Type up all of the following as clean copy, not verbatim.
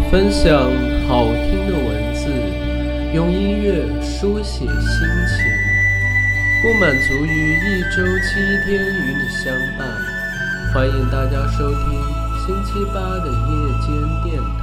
分享好听的文字，用音乐书写心情，不满足于一周7天与你相伴。欢迎大家收听星期8的夜间电台。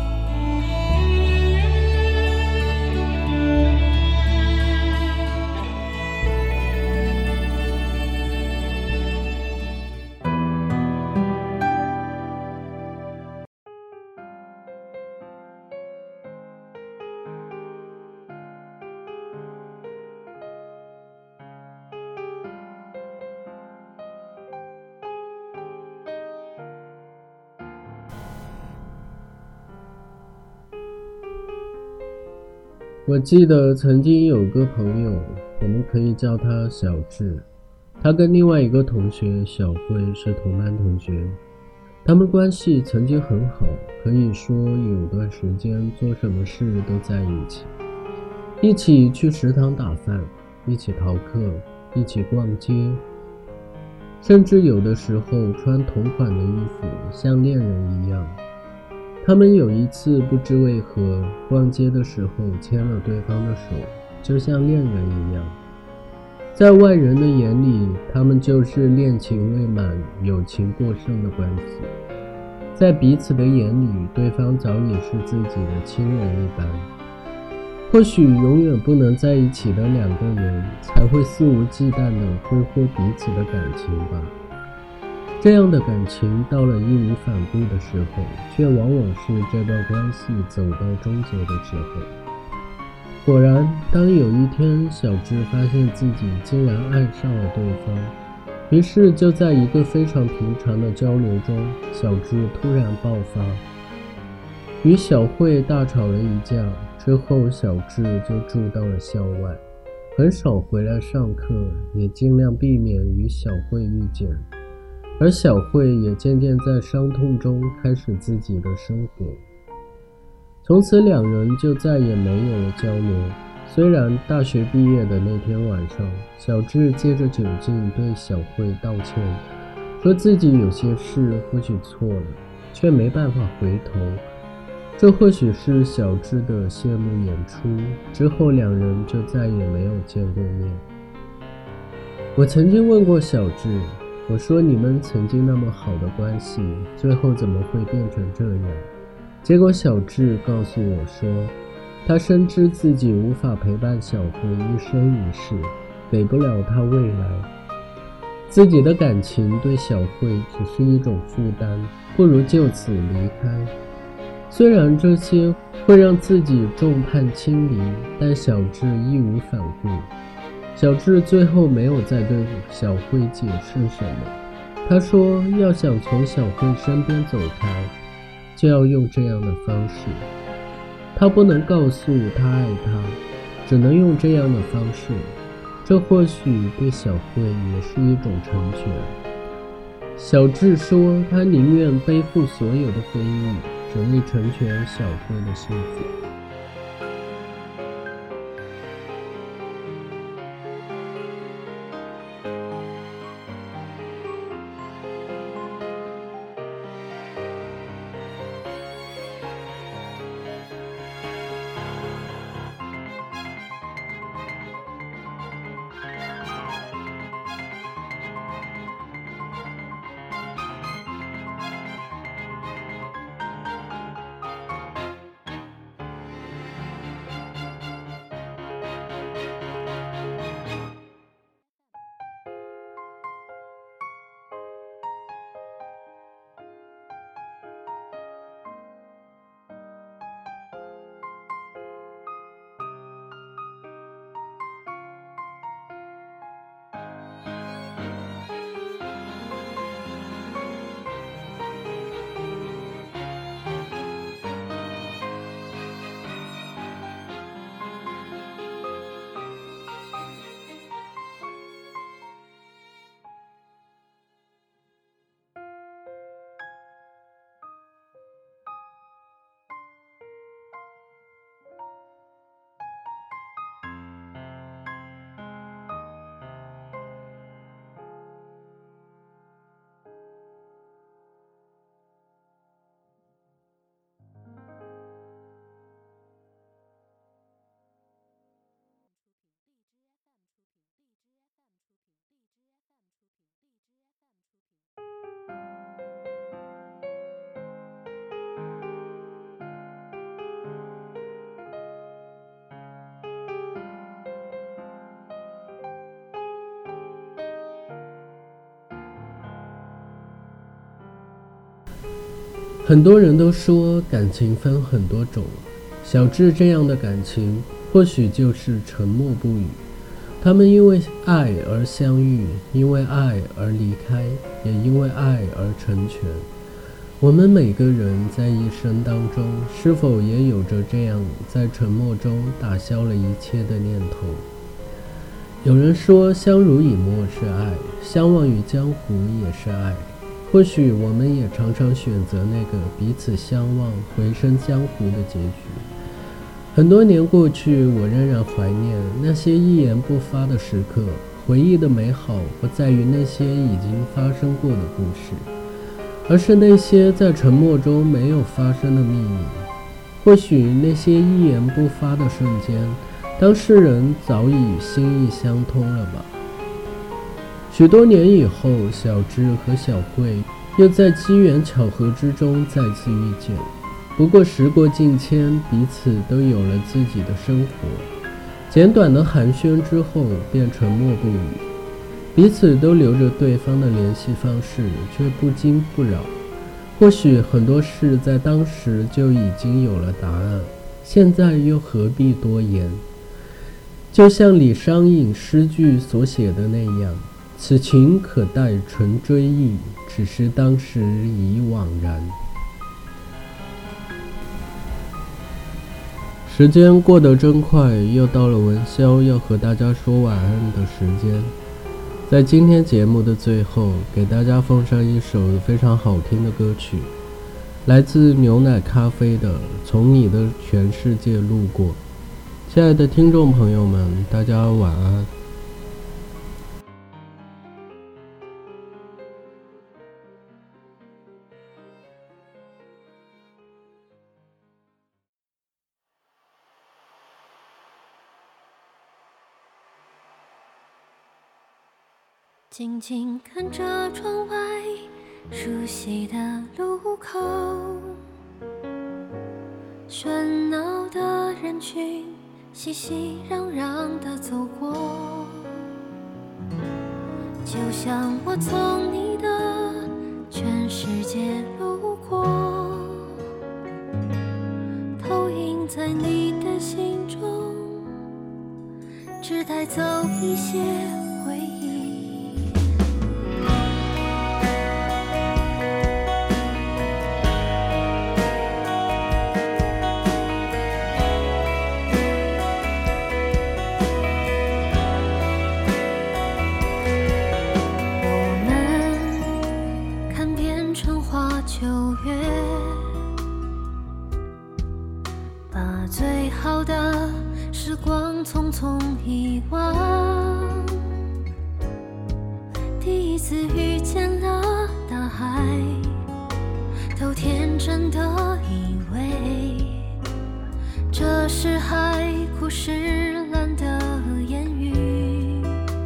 我记得曾经有个朋友，我们可以叫他小智。他跟另外一个同学小慧是同班同学，他们关系曾经很好，可以说有段时间做什么事都在一起，一起去食堂打饭，一起逃课，一起逛街，甚至有的时候穿同款的衣服，像恋人一样。他们有一次不知为何逛街的时候牵了对方的手，就像恋人一样。在外人的眼里，他们就是恋情未满、友情过剩的关系。在彼此的眼里，对方早已是自己的亲人一般。或许永远不能在一起的两个人，才会肆无忌惮地挥霍彼此的感情吧。这样的感情到了义无反顾的时候，却往往是这段关系走到终结的时候。果然，当有一天小智发现自己竟然爱上了对方，于是就在一个非常平常的交流中，小智突然爆发，与小慧大吵了一架。之后小智就住到了校外，很少回来上课，也尽量避免与小慧遇见。而小慧也渐渐在伤痛中开始自己的生活，从此两人就再也没有了交流。虽然大学毕业的那天晚上，小智借着酒劲对小慧道歉，说自己有些事或许错了，却没办法回头。这或许是小智的谢幕演出，之后两人就再也没有见过面。我曾经问过小智，我说你们曾经那么好的关系，最后怎么会变成这样？结果小智告诉我说，他深知自己无法陪伴小慧一生一世，给不了她未来，自己的感情对小慧只是一种负担，不如就此离开。虽然这些会让自己众叛亲离，但小智义无反顾。小智最后没有再对小慧解释什么，他说要想从小慧身边走开，就要用这样的方式。他不能告诉他爱她，只能用这样的方式。这或许对小慧也是一种成全。小智说他宁愿背负所有的非议，只为成全小慧的幸福。 很多人都说感情分很多种，小智这样的感情或许就是沉默不语。他们因为爱而相遇，因为爱而离开，也因为爱而成全。我们每个人在一生当中，是否也有着这样在沉默中打消了一切的念头？有人说相濡以沫是爱，相忘于江湖也是爱。或许我们也常常选择那个彼此相忘回身江湖的结局。很多年过去，我仍然怀念那些一言不发的时刻。回忆的美好不在于那些已经发生过的故事，而是那些在沉默中没有发生的秘密。或许那些一言不发的瞬间，当事人早已心意相通了吧。许多年以后，小智和小慧又在机缘巧合之中再次遇见。不过时过境迁，彼此都有了自己的生活。简短的寒暄之后，便沉默不语。彼此都留着对方的联系方式，却不惊不扰。或许很多事在当时就已经有了答案，现在又何必多言？就像李商隐诗句所写的那样，此情可待成追忆，只是当时已惘然。时间过得真快，又到了文宵要和大家说晚安的时间。在今天节目的最后，给大家奉上一首非常好听的歌曲，来自牛奶咖啡的《从你的全世界路过》。亲爱的听众朋友们，大家晚安。 静静看着窗外熟悉的路口，喧闹的人群熙熙攘攘地走过，就像我从你的全世界路过，投影在你的心中，只带走一些回忆。把最好的时光匆匆遗忘，第一次遇见了大海，都天真的以为这是海枯石烂的言语。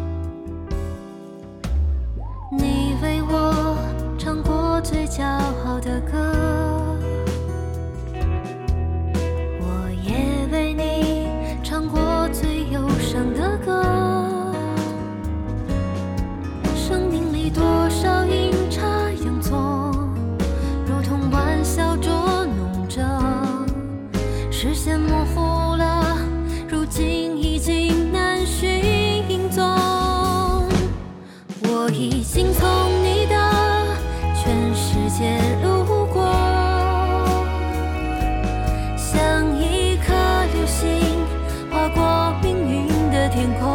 你为我唱过最骄傲的歌，的歌，生命里多少阴差阳错，如同玩笑捉弄着，视线模糊了，如今已经难寻踪。我已经从你的全世界路过，像一颗流星划过命运的天空，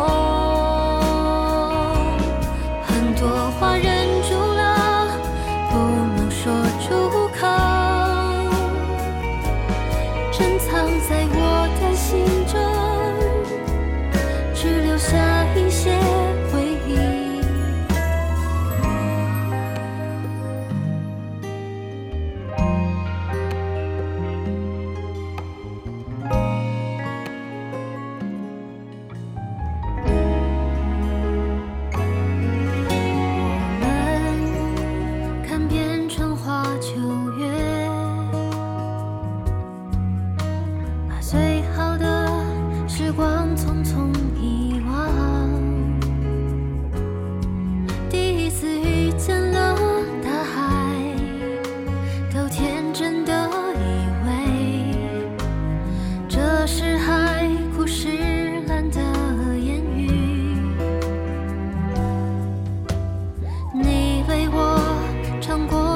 很多话忍住了，不能说出口，珍藏在我的心中，只留下一些回忆。我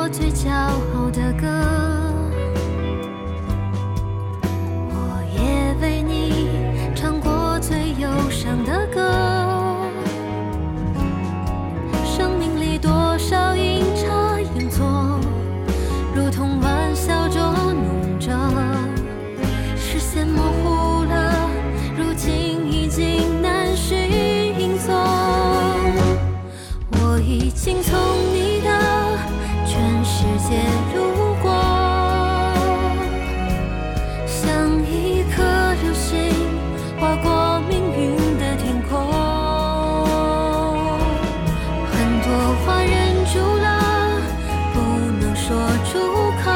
最骄傲的歌，我也为你唱过最忧伤的歌。生命里多少阴差阳错，如同玩笑捉弄着，视线模糊了，如今已经难寻踪。我已经从你的全世界路过，像一颗流星划过命运的天空。很多话忍住了，不能说出口，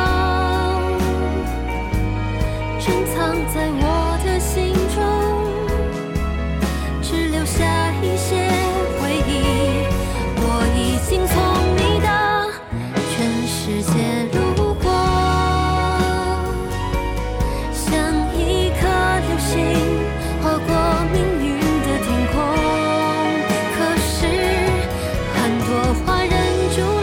珍藏在我的心中，只留下一些回忆。我已经从你的全世界路过，像一颗流星划过命运的天空。可是很多话忍住了，